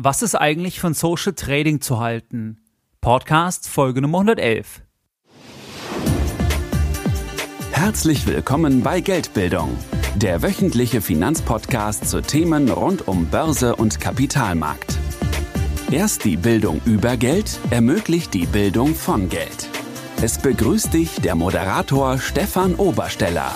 Was ist eigentlich von Social Trading zu halten? Podcast Folge Nummer 111. Herzlich willkommen bei Geldbildung, der wöchentliche Finanzpodcast zu Themen rund um Börse und Kapitalmarkt. Erst die Bildung über Geld ermöglicht die Bildung von Geld. Es begrüßt dich der Moderator Stefan Obersteller.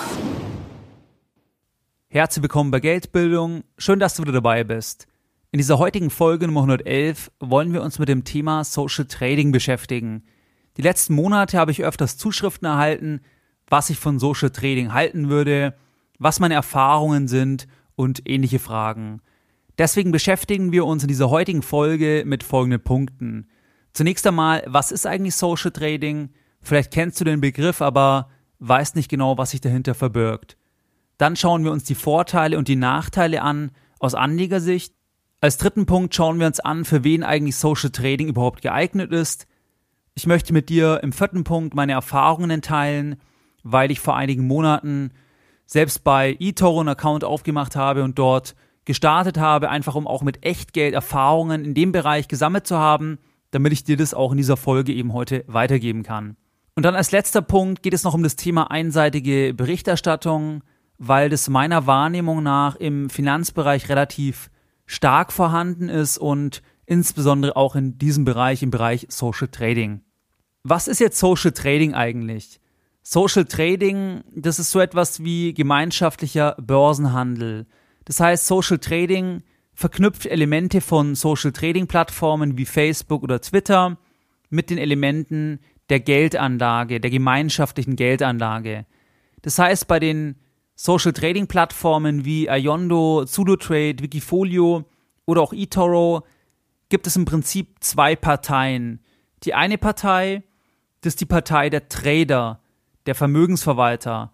Herzlich willkommen bei Geldbildung. Schön, dass du wieder dabei bist. In dieser heutigen Folge Nummer 111 wollen wir uns mit dem Thema Social Trading beschäftigen. Die letzten Monate habe ich öfters Zuschriften erhalten, was ich von Social Trading halten würde, was meine Erfahrungen sind und ähnliche Fragen. Deswegen beschäftigen wir uns in dieser heutigen Folge mit folgenden Punkten. Zunächst einmal, was ist eigentlich Social Trading? Vielleicht kennst du den Begriff, aber weißt nicht genau, was sich dahinter verbirgt. Dann schauen wir uns die Vorteile und die Nachteile an aus Anlegersicht. Als dritten Punkt schauen wir uns an, für wen eigentlich Social Trading überhaupt geeignet ist. Ich möchte mit dir im vierten Punkt meine Erfahrungen teilen, weil ich vor einigen Monaten selbst bei eToro einen Account aufgemacht habe und dort gestartet habe, einfach um auch mit Echtgeld Erfahrungen in dem Bereich gesammelt zu haben, damit ich dir das auch in dieser Folge eben heute weitergeben kann. Und dann als letzter Punkt geht es noch um das Thema einseitige Berichterstattung, weil das meiner Wahrnehmung nach im Finanzbereich relativ stark vorhanden ist und insbesondere auch in diesem Bereich, im Bereich Social Trading. Was ist jetzt Social Trading eigentlich? Social Trading, das ist so etwas wie gemeinschaftlicher Börsenhandel. Das heißt, Social Trading verknüpft Elemente von Social Trading Plattformen wie Facebook oder Twitter mit den Elementen der Geldanlage, der gemeinschaftlichen Geldanlage. Das heißt, bei den Social Trading Plattformen wie Iondo, Pseudotrade, Wikifolio oder auch eToro gibt es im Prinzip zwei Parteien. Die eine Partei, das ist die Partei der Trader, der Vermögensverwalter,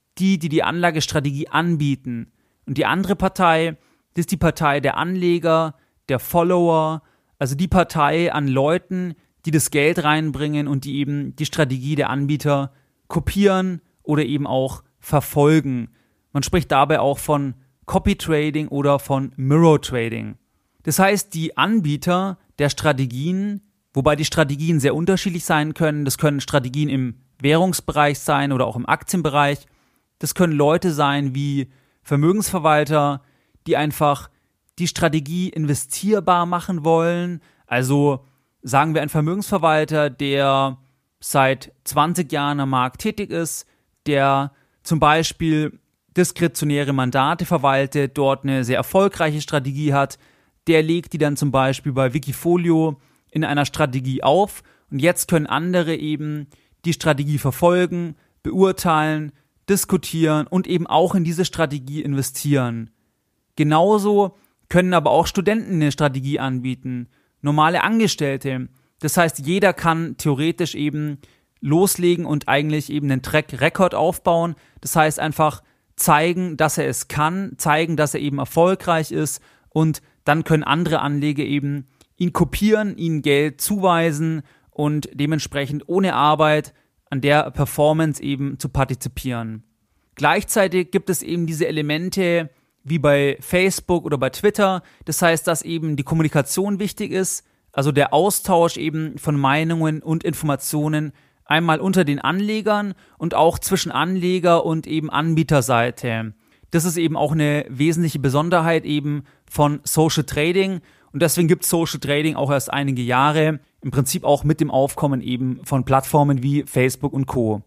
die Anlagestrategie anbieten. Und die andere Partei, das ist die Partei der Anleger, der Follower, also die Partei an Leuten, die das Geld reinbringen und die eben die Strategie der Anbieter kopieren oder eben auch verfolgen. Man spricht dabei auch von Copy Trading oder von Mirror Trading. Das heißt, die Anbieter der Strategien, wobei die Strategien sehr unterschiedlich sein können, das können Strategien im Währungsbereich sein oder auch im Aktienbereich, das können Leute sein wie Vermögensverwalter, die einfach die Strategie investierbar machen wollen. Also sagen wir ein Vermögensverwalter, der seit 20 Jahren am Markt tätig ist, der zum Beispiel diskretionäre Mandate verwaltet, dort eine sehr erfolgreiche Strategie hat, der legt die dann zum Beispiel bei Wikifolio in einer Strategie auf und jetzt können andere eben die Strategie verfolgen, beurteilen, diskutieren und eben auch in diese Strategie investieren. Genauso können aber auch Studenten eine Strategie anbieten, normale Angestellte. Das heißt, jeder kann theoretisch eben loslegen und eigentlich eben einen Track-Record aufbauen. Das heißt einfach zeigen, dass er es kann, zeigen, dass er eben erfolgreich ist und dann können andere Anleger eben ihn kopieren, ihnen Geld zuweisen und dementsprechend ohne Arbeit an der Performance eben zu partizipieren. Gleichzeitig gibt es eben diese Elemente wie bei Facebook oder bei Twitter. Das heißt, dass eben die Kommunikation wichtig ist, also der Austausch eben von Meinungen und Informationen einmal unter den Anlegern und auch zwischen Anleger und eben Anbieterseite. Das ist eben auch eine wesentliche Besonderheit eben von Social Trading und deswegen gibt es Social Trading auch erst einige Jahre, im Prinzip auch mit dem Aufkommen eben von Plattformen wie Facebook und Co.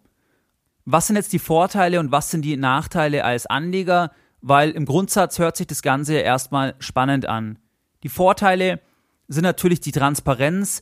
Was sind jetzt die Vorteile und was sind die Nachteile als Anleger? Weil im Grundsatz hört sich das Ganze erstmal spannend an. Die Vorteile sind natürlich die Transparenz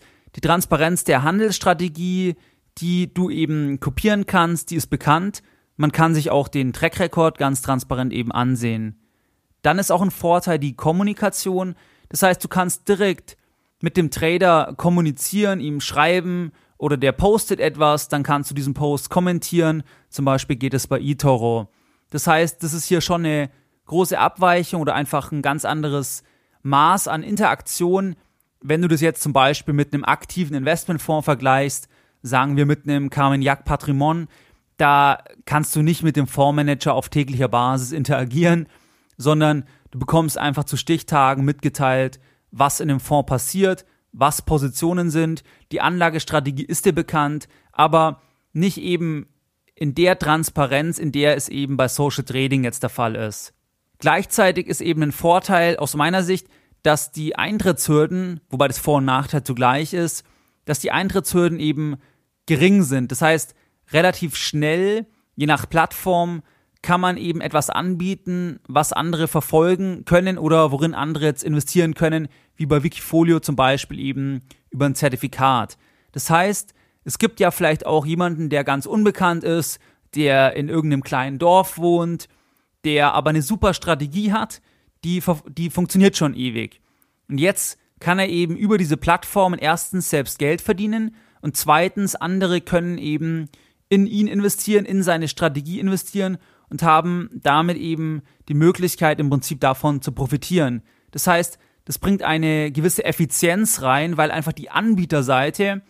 der Handelsstrategie, die du eben kopieren kannst, die ist bekannt. Man kann sich auch den Track-Record ganz transparent eben ansehen. Dann ist auch ein Vorteil die Kommunikation. Das heißt, du kannst direkt mit dem Trader kommunizieren, ihm schreiben oder der postet etwas, dann kannst du diesen Post kommentieren. Zum Beispiel geht es bei eToro. Das heißt, das ist hier schon eine große Abweichung oder einfach ein ganz anderes Maß an Interaktion. Wenn du das jetzt zum Beispiel mit einem aktiven Investmentfonds vergleichst, sagen wir mit einem Carmignac Patrimoine, da kannst du nicht mit dem Fondsmanager auf täglicher Basis interagieren, sondern du bekommst einfach zu Stichtagen mitgeteilt, was in dem Fonds passiert, was Positionen sind, die Anlagestrategie ist dir bekannt, aber nicht eben in der Transparenz, in der es eben bei Social Trading jetzt der Fall ist. Gleichzeitig ist eben ein Vorteil aus meiner Sicht, dass die Eintrittshürden, wobei das Vor- und Nachteil zugleich ist, dass die Eintrittshürden eben gering sind. Das heißt, relativ schnell, je nach Plattform, kann man eben etwas anbieten, was andere verfolgen können oder worin andere jetzt investieren können, wie bei Wikifolio zum Beispiel eben über ein Zertifikat. Das heißt, es gibt ja vielleicht auch jemanden, der ganz unbekannt ist, der in irgendeinem kleinen Dorf wohnt, der aber eine super Strategie hat, die funktioniert schon ewig. Und jetzt kann er eben über diese Plattformen erstens selbst Geld verdienen und zweitens andere können eben in ihn investieren, in seine Strategie investieren und haben damit eben die Möglichkeit im Prinzip davon zu profitieren. Das heißt, das bringt eine gewisse Effizienz rein, weil einfach die Anbieterseite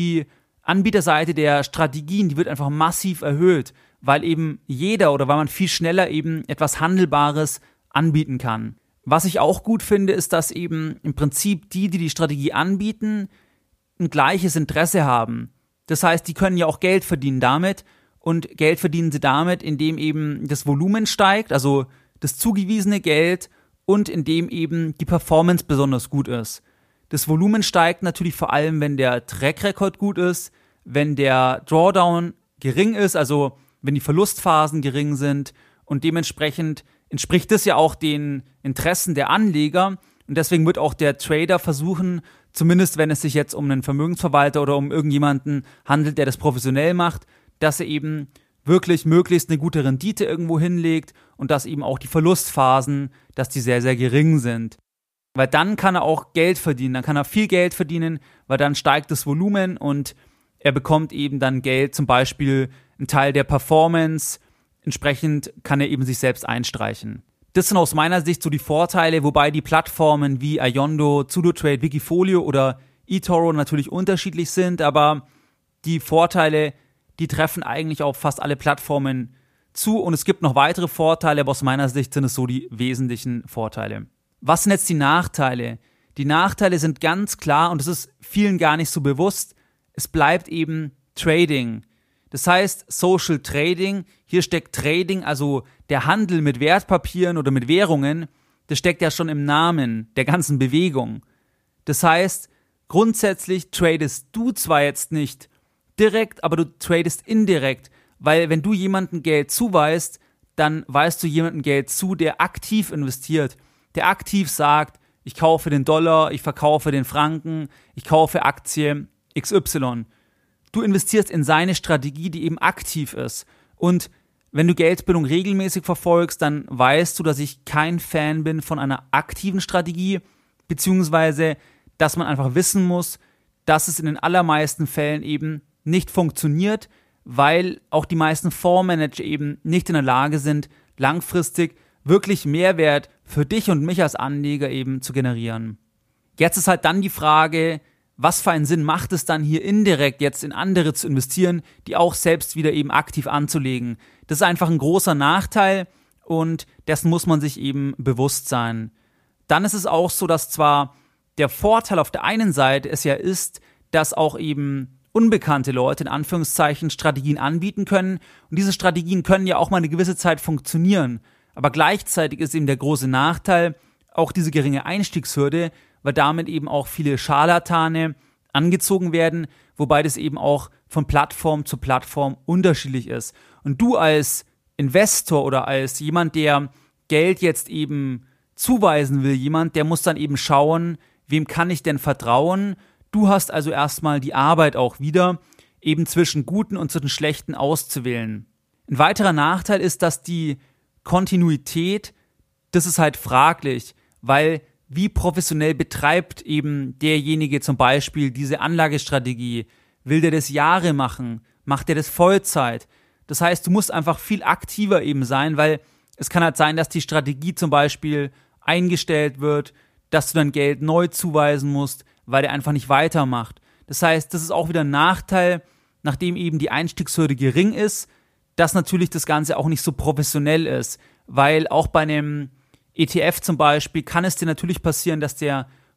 der Strategien, die wird einfach massiv erhöht, weil eben jeder oder weil man viel schneller eben etwas Handelbares anbieten kann. Was ich auch gut finde, ist, dass eben im Prinzip die Strategie anbieten, ein gleiches Interesse haben. Das heißt, die können ja auch Geld verdienen damit und Geld verdienen sie damit, indem eben das Volumen steigt, also das zugewiesene Geld und indem eben die Performance besonders gut ist. Das Volumen steigt natürlich vor allem, wenn der Track Record gut ist, wenn der Drawdown gering ist, also wenn die Verlustphasen gering sind und dementsprechend entspricht das ja auch den Interessen der Anleger und deswegen wird auch der Trader versuchen, zumindest wenn es sich jetzt um einen Vermögensverwalter oder um irgendjemanden handelt, der das professionell macht, dass er eben wirklich möglichst eine gute Rendite irgendwo hinlegt und dass eben auch die Verlustphasen, dass die sehr, sehr gering sind. Weil dann kann er auch Geld verdienen, dann kann er viel Geld verdienen, weil dann steigt das Volumen und er bekommt eben dann Geld, zum Beispiel einen Teil der Performance, entsprechend kann er eben sich selbst einstreichen. Das sind aus meiner Sicht so die Vorteile, wobei die Plattformen wie Ayondo, Pseudotrade, Wikifolio oder eToro natürlich unterschiedlich sind, aber die Vorteile, die treffen eigentlich auf fast alle Plattformen zu und es gibt noch weitere Vorteile, aber aus meiner Sicht sind es so die wesentlichen Vorteile. Was sind jetzt die Nachteile? Die Nachteile sind ganz klar und es ist vielen gar nicht so bewusst, es bleibt eben Trading. Das heißt, Social Trading, hier steckt Trading, also der Handel mit Wertpapieren oder mit Währungen, das steckt ja schon im Namen der ganzen Bewegung. Das heißt, grundsätzlich tradest du zwar jetzt nicht direkt, aber du tradest indirekt, weil wenn du jemandem Geld zuweist, dann weist du jemandem Geld zu, der aktiv investiert, der aktiv sagt, ich kaufe den Dollar, ich verkaufe den Franken, ich kaufe Aktie XY. Du investierst in seine Strategie, die eben aktiv ist. Und wenn du Geldbildung regelmäßig verfolgst, dann weißt du, dass ich kein Fan bin von einer aktiven Strategie, beziehungsweise, dass man einfach wissen muss, dass es in den allermeisten Fällen eben nicht funktioniert, weil auch die meisten Fondsmanager eben nicht in der Lage sind, langfristig wirklich Mehrwert für dich und mich als Anleger eben zu generieren. Jetzt ist halt dann die Frage, was für einen Sinn macht es dann hier indirekt jetzt in andere zu investieren, die auch selbst wieder eben aktiv anzulegen. Das ist einfach ein großer Nachteil und dessen muss man sich eben bewusst sein. Dann ist es auch so, dass zwar der Vorteil auf der einen Seite es ja ist, dass auch eben unbekannte Leute in Anführungszeichen Strategien anbieten können und diese Strategien können ja auch mal eine gewisse Zeit funktionieren. Aber gleichzeitig ist eben der große Nachteil auch diese geringe Einstiegshürde, weil damit eben auch viele Scharlatane angezogen werden, wobei das eben auch von Plattform zu Plattform unterschiedlich ist. Und du als Investor oder als jemand, der Geld jetzt eben zuweisen will, der muss dann eben schauen, wem kann ich denn vertrauen? Du hast also erstmal die Arbeit auch wieder, eben zwischen guten und zwischen schlechten auszuwählen. Ein weiterer Nachteil ist, dass die Kontinuität, das ist halt fraglich, weil wie professionell betreibt eben derjenige zum Beispiel diese Anlagestrategie? Will der das Jahre machen? Macht der das Vollzeit? Das heißt, du musst einfach viel aktiver eben sein, weil es kann halt sein, dass die Strategie zum Beispiel eingestellt wird, dass du dann Geld neu zuweisen musst, weil der einfach nicht weitermacht. Das heißt, das ist auch wieder ein Nachteil, nachdem eben die Einstiegshürde gering ist, dass natürlich das Ganze auch nicht so professionell ist, weil auch bei einem ETF zum Beispiel kann es dir natürlich passieren, dass der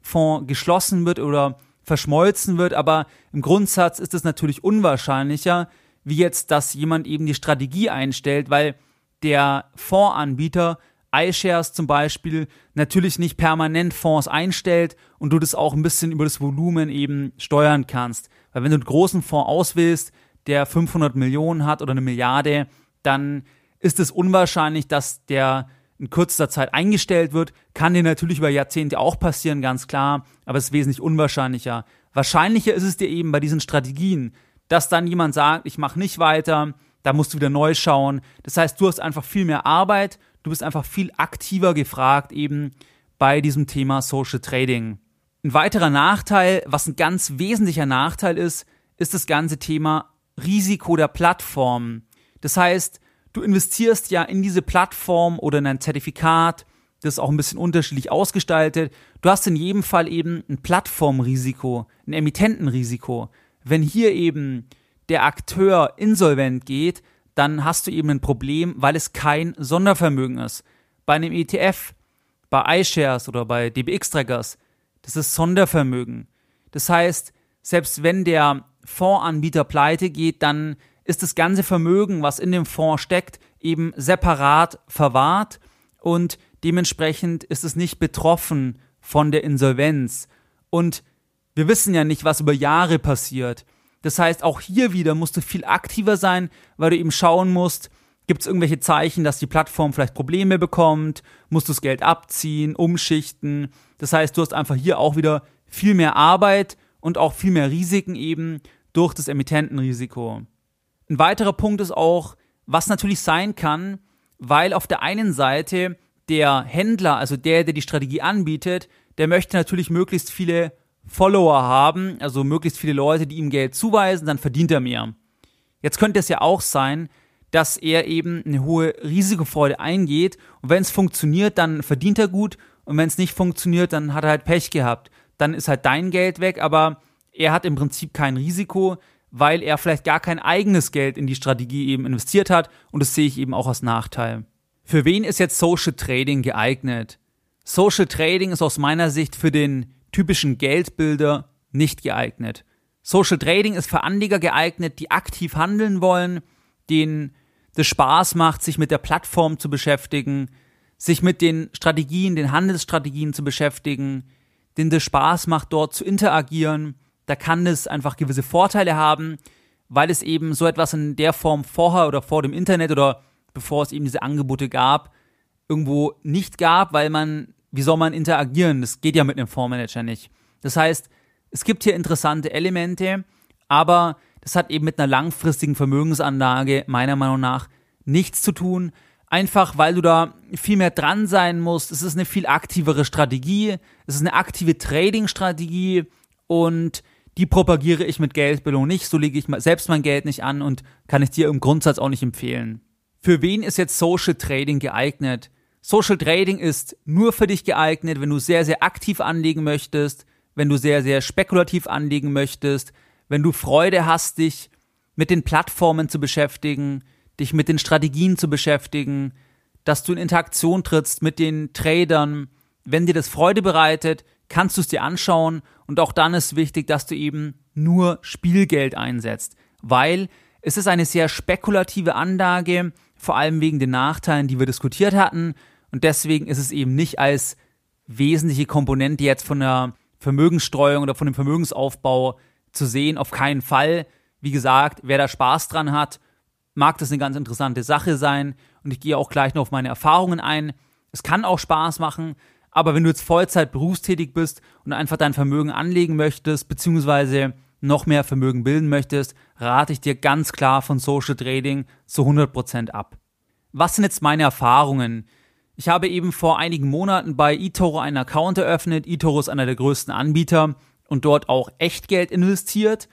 Fonds geschlossen wird oder verschmolzen wird, aber im Grundsatz ist es natürlich unwahrscheinlicher, wie jetzt, dass jemand eben die Strategie einstellt, weil der Fondsanbieter iShares zum Beispiel natürlich nicht permanent Fonds einstellt und du das auch ein bisschen über das Volumen eben steuern kannst. Weil wenn du einen großen Fonds auswählst, der 500 Millionen hat oder 1 Milliarde, dann ist es unwahrscheinlich, dass der in kürzester Zeit eingestellt wird. Kann dir natürlich über Jahrzehnte auch passieren, ganz klar, aber es ist wesentlich unwahrscheinlicher. Wahrscheinlicher ist es dir eben bei diesen Strategien, dass dann jemand sagt, ich mache nicht weiter, da musst du wieder neu schauen. Das heißt, du hast einfach viel mehr Arbeit, du bist einfach viel aktiver gefragt eben bei diesem Thema Social Trading. Ein weiterer Nachteil, was ein ganz wesentlicher Nachteil ist das ganze Thema Risiko der Plattform. Das heißt, du investierst ja in diese Plattform oder in ein Zertifikat, das ist auch ein bisschen unterschiedlich ausgestaltet. Du hast in jedem Fall eben ein Plattformrisiko, ein Emittentenrisiko. Wenn hier eben der Akteur insolvent geht, dann hast du eben ein Problem, weil es kein Sondervermögen ist. Bei einem ETF, bei iShares oder bei DBX-Trackers, das ist Sondervermögen. Das heißt, selbst wenn der Fondsanbieter pleite geht, dann ist das ganze Vermögen, was in dem Fonds steckt, eben separat verwahrt und dementsprechend ist es nicht betroffen von der Insolvenz. Und wir wissen ja nicht, was über Jahre passiert. Das heißt, auch hier wieder musst du viel aktiver sein, weil du eben schauen musst, gibt es irgendwelche Zeichen, dass die Plattform vielleicht Probleme bekommt, musst du das Geld abziehen, umschichten. Das heißt, du hast einfach hier auch wieder viel mehr Arbeit und auch viel mehr Risiken eben durch das Emittentenrisiko. Ein weiterer Punkt ist auch, was natürlich sein kann, weil auf der einen Seite der Händler, also der die Strategie anbietet, der möchte natürlich möglichst viele Follower haben, also möglichst viele Leute, die ihm Geld zuweisen, dann verdient er mehr. Jetzt könnte es ja auch sein, dass er eben eine hohe Risikofreude eingeht und wenn es funktioniert, dann verdient er gut und wenn es nicht funktioniert, dann hat er halt Pech gehabt. Dann ist halt dein Geld weg, aber er hat im Prinzip kein Risiko, weil er vielleicht gar kein eigenes Geld in die Strategie eben investiert hat und das sehe ich eben auch als Nachteil. Für wen ist jetzt Social Trading geeignet? Social Trading ist aus meiner Sicht für den typischen Geldbilder nicht geeignet. Social Trading ist für Anleger geeignet, die aktiv handeln wollen, denen das Spaß macht, sich mit der Plattform zu beschäftigen, sich mit den Strategien, den Handelsstrategien zu beschäftigen, denen das Spaß macht, dort zu interagieren. Da kann es einfach gewisse Vorteile haben, weil es eben so etwas in der Form vorher oder vor dem Internet oder bevor es eben diese Angebote gab, irgendwo nicht gab, weil wie soll man interagieren? Das geht ja mit einem Fondsmanager nicht. Das heißt, es gibt hier interessante Elemente, aber das hat eben mit einer langfristigen Vermögensanlage meiner Meinung nach nichts zu tun. Einfach, weil du da viel mehr dran sein musst. Es ist eine viel aktivere Strategie. Es ist eine aktive Trading-Strategie und die propagiere ich mit Geldbildung nicht. So lege ich selbst mein Geld nicht an und kann ich dir im Grundsatz auch nicht empfehlen. Für wen ist jetzt Social Trading geeignet? Social Trading ist nur für dich geeignet, wenn du sehr, sehr aktiv anlegen möchtest, wenn du sehr, sehr spekulativ anlegen möchtest, wenn du Freude hast, dich mit den Plattformen zu beschäftigen, dich mit den Strategien zu beschäftigen, dass du in Interaktion trittst mit den Tradern. Wenn dir das Freude bereitet, kannst du es dir anschauen und auch dann ist wichtig, dass du eben nur Spielgeld einsetzt, weil es ist eine sehr spekulative Anlage, vor allem wegen den Nachteilen, die wir diskutiert hatten und deswegen ist es eben nicht als wesentliche Komponente jetzt von der Vermögensstreuung oder von dem Vermögensaufbau zu sehen, auf keinen Fall. Wie gesagt, wer da Spaß dran hat, mag das eine ganz interessante Sache sein und ich gehe auch gleich noch auf meine Erfahrungen ein. Es kann auch Spaß machen, aber wenn du jetzt Vollzeit berufstätig bist und einfach dein Vermögen anlegen möchtest, beziehungsweise noch mehr Vermögen bilden möchtest, rate ich dir ganz klar von Social Trading zu 100% ab. Was sind jetzt meine Erfahrungen? Ich habe eben vor einigen Monaten bei eToro einen Account eröffnet. eToro ist einer der größten Anbieter und dort auch Echtgeld investiert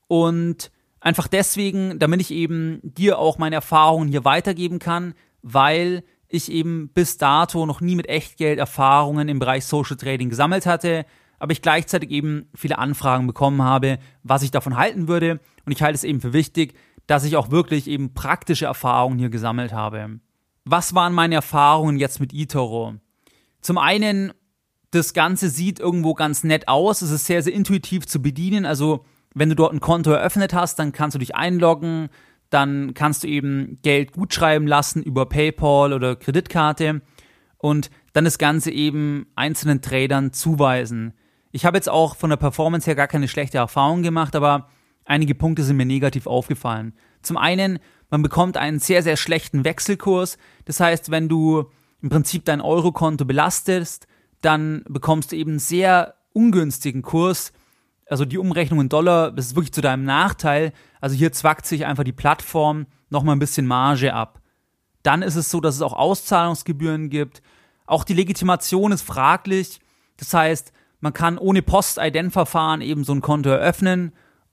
und einfach deswegen, damit ich eben dir auch meine Erfahrungen hier weitergeben kann, weil ich eben bis dato noch nie mit Echtgeld Erfahrungen im Bereich Social Trading gesammelt hatte, aber ich gleichzeitig eben viele Anfragen bekommen habe, was ich davon halten würde und ich halte es eben für wichtig, dass ich auch wirklich eben praktische Erfahrungen hier gesammelt habe. Was waren meine Erfahrungen jetzt mit eToro? Zum einen Das Ganze sieht irgendwo ganz nett aus. Es ist sehr, sehr intuitiv zu bedienen. Also wenn du dort ein Konto eröffnet hast, dann kannst du dich einloggen. Dann kannst du eben Geld gutschreiben lassen über PayPal oder Kreditkarte und dann das Ganze eben einzelnen Tradern zuweisen. Ich habe jetzt auch von der Performance her gar keine schlechte Erfahrung gemacht, aber einige Punkte sind mir negativ aufgefallen. Zum einen, man bekommt einen sehr, sehr schlechten Wechselkurs. Das heißt, wenn du im Prinzip dein Eurokonto belastest, dann bekommst du eben einen sehr ungünstigen Kurs. Also die Umrechnung in Dollar, das ist wirklich zu deinem Nachteil. Also hier zwackt sich einfach die Plattform nochmal ein bisschen Marge ab. Dann ist es so, dass es auch Auszahlungsgebühren gibt. Auch die Legitimation ist fraglich. Das heißt, man kann ohne Post-Ident-Verfahren eben so ein Konto eröffnen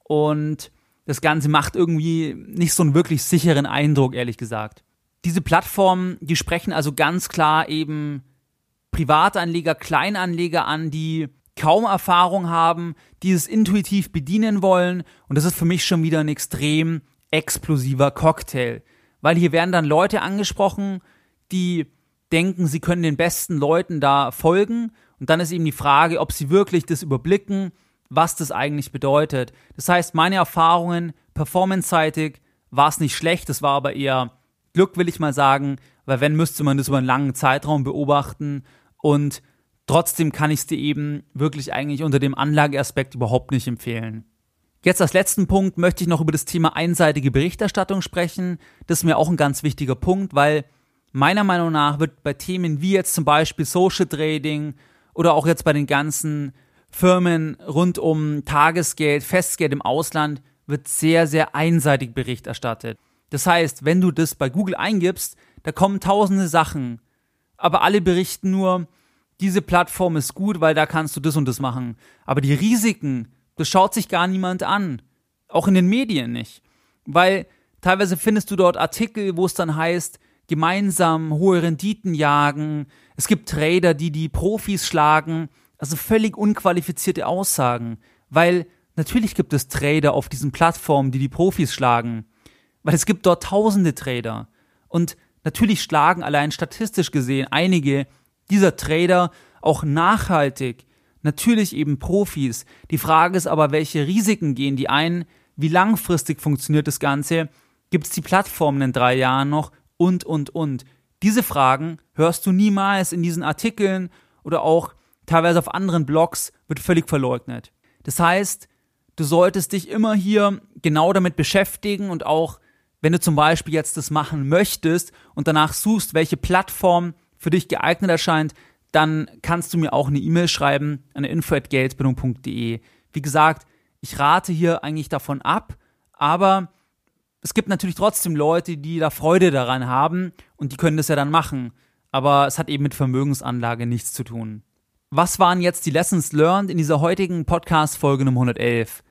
und das Ganze macht irgendwie nicht so einen wirklich sicheren Eindruck, ehrlich gesagt. Diese Plattformen, die sprechen also ganz klar eben Privatanleger, Kleinanleger an, die kaum Erfahrung haben, die es intuitiv bedienen wollen und das ist für mich schon wieder ein extrem explosiver Cocktail, weil hier werden dann Leute angesprochen, die denken, sie können den besten Leuten da folgen und dann ist eben die Frage, ob sie wirklich das überblicken, was das eigentlich bedeutet. Das heißt, meine Erfahrungen performance-seitig war es nicht schlecht, es war aber eher Glück, will ich mal sagen, weil wenn, müsste man das über einen langen Zeitraum beobachten und trotzdem kann ich es dir eben wirklich eigentlich unter dem Anlageaspekt überhaupt nicht empfehlen. Jetzt als letzten Punkt möchte ich noch über das Thema einseitige Berichterstattung sprechen. Das ist mir auch ein ganz wichtiger Punkt, weil meiner Meinung nach wird bei Themen wie jetzt zum Beispiel Social Trading oder auch jetzt bei den ganzen Firmen rund um Tagesgeld, Festgeld im Ausland, wird sehr, sehr einseitig Bericht erstattet. Das heißt, wenn du das bei Google eingibst, da kommen tausende Sachen, aber alle berichten nur, diese Plattform ist gut, weil da kannst du das und das machen. Aber die Risiken, das schaut sich gar niemand an. Auch in den Medien nicht. Weil teilweise findest du dort Artikel, wo es dann heißt, gemeinsam hohe Renditen jagen. Es gibt Trader, die die Profis schlagen. Also völlig unqualifizierte Aussagen. Weil natürlich gibt es Trader auf diesen Plattformen, die die Profis schlagen. Weil es gibt dort tausende Trader. Und natürlich schlagen allein statistisch gesehen einige dieser Trader auch nachhaltig, natürlich eben Profis. Die Frage ist aber, welche Risiken gehen die ein, wie langfristig funktioniert das Ganze, gibt es die Plattformen in 3 Jahren noch und. Diese Fragen hörst du niemals in diesen Artikeln oder auch teilweise auf anderen Blogs, wird völlig verleugnet. Das heißt, du solltest dich immer hier genau damit beschäftigen und auch, wenn du zum Beispiel jetzt das machen möchtest und danach suchst, welche Plattform für dich geeignet erscheint, dann kannst du mir auch eine E-Mail schreiben an info@geldbildung.de. Wie gesagt, ich rate hier eigentlich davon ab, aber es gibt natürlich trotzdem Leute, die da Freude daran haben und die können das ja dann machen, aber es hat eben mit Vermögensanlage nichts zu tun. Was waren jetzt die Lessons learned in dieser heutigen Podcast-Folge Nummer 111?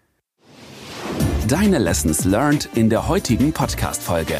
Deine Lessons learned in der heutigen Podcast-Folge.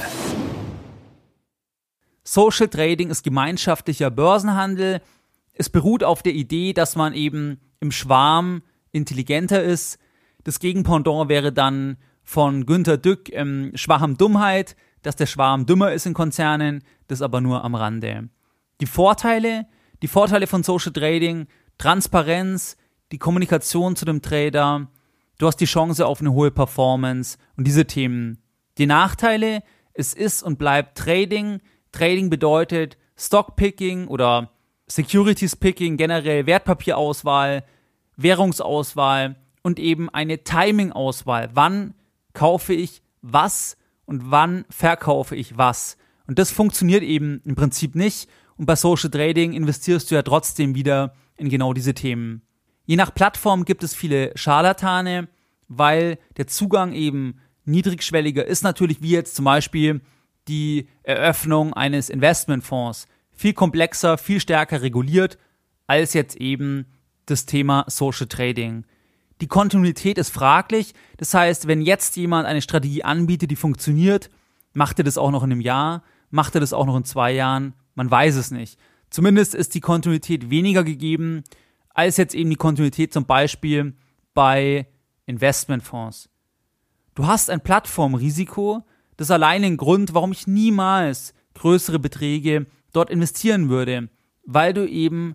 Social Trading ist gemeinschaftlicher Börsenhandel. Es beruht auf der Idee, dass man eben im Schwarm intelligenter ist. Das Gegenpendant wäre dann von Günter Dück Schwarmdummheit, dass der Schwarm dümmer ist in Konzernen, das aber nur am Rande. Die Vorteile von Social Trading, Transparenz, die Kommunikation zu dem Trader, du hast die Chance auf eine hohe Performance und diese Themen. Die Nachteile, es ist und bleibt Trading. Trading bedeutet Stockpicking oder Securities Picking, generell Wertpapierauswahl, Währungsauswahl und eben eine Timing-Auswahl. Wann kaufe ich was und wann verkaufe ich was? Und das funktioniert eben im Prinzip nicht. Und bei Social Trading investierst du ja trotzdem wieder in genau diese Themen. Je nach Plattform gibt es viele Scharlatane, weil der Zugang eben niedrigschwelliger ist natürlich, wie jetzt zum Beispiel die Eröffnung eines Investmentfonds. Viel komplexer, viel stärker reguliert als jetzt eben das Thema Social Trading. Die Kontinuität ist fraglich, das heißt, wenn jetzt jemand eine Strategie anbietet, die funktioniert, macht er das auch noch in einem Jahr, macht er das auch noch in 2 Jahren, man weiß es nicht. Zumindest ist die Kontinuität weniger gegeben, als jetzt eben die Kontinuität zum Beispiel bei Investmentfonds. Du hast ein Plattformrisiko, das ist allein ein Grund, warum ich niemals größere Beträge dort investieren würde, weil du eben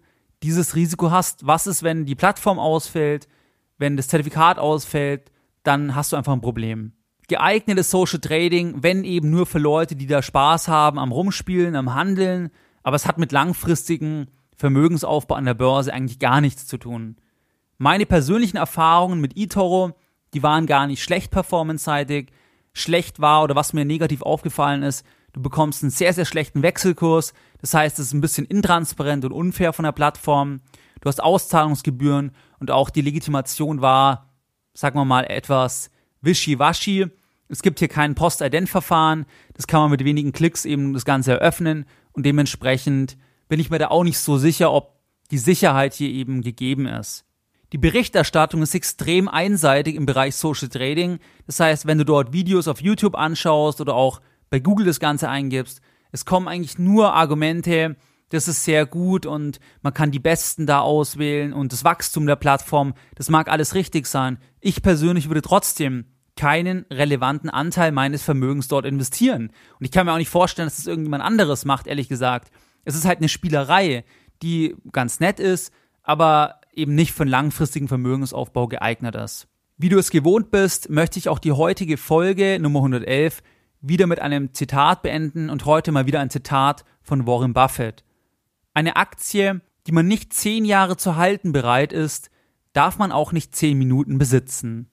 dieses Risiko hast. Was ist, wenn die Plattform ausfällt, wenn das Zertifikat ausfällt, dann hast du einfach ein Problem. Geeignetes Social Trading, wenn eben nur für Leute, die da Spaß haben am Rumspielen, am Handeln, aber es hat mit langfristigem Vermögensaufbau an der Börse eigentlich gar nichts zu tun. Meine persönlichen Erfahrungen mit eToro, die waren gar nicht schlecht performanceseitig. Schlecht war oder was mir negativ aufgefallen ist, du bekommst einen sehr, sehr schlechten Wechselkurs. Das heißt, es ist ein bisschen intransparent und unfair von der Plattform. Du hast Auszahlungsgebühren und auch die Legitimation war, sagen wir mal, etwas wischiwaschi. Es gibt hier kein Post-Ident-Verfahren. Das kann man mit wenigen Klicks eben das Ganze eröffnen und dementsprechend bin ich mir da auch nicht so sicher, ob die Sicherheit hier eben gegeben ist. Die Berichterstattung ist extrem einseitig im Bereich Social Trading. Das heißt, wenn du dort Videos auf YouTube anschaust oder auch bei Google das Ganze eingibst, es kommen eigentlich nur Argumente, das ist sehr gut und man kann die Besten da auswählen und das Wachstum der Plattform, das mag alles richtig sein. Ich persönlich würde trotzdem keinen relevanten Anteil meines Vermögens dort investieren. Und ich kann mir auch nicht vorstellen, dass das irgendjemand anderes macht, ehrlich gesagt. Es ist halt eine Spielerei, die ganz nett ist, aber eben nicht für einen langfristigen Vermögensaufbau geeignet ist. Wie du es gewohnt bist, möchte ich auch die heutige Folge Nummer 111 wieder mit einem Zitat beenden und heute mal wieder ein Zitat von Warren Buffett. Eine Aktie, die man nicht 10 Jahre zu halten bereit ist, darf man auch nicht 10 Minuten besitzen.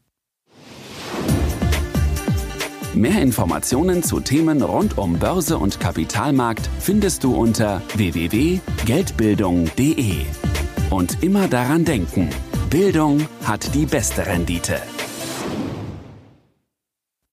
Mehr Informationen zu Themen rund um Börse und Kapitalmarkt findest du unter www.geldbildung.de. Und immer daran denken, Bildung hat die beste Rendite.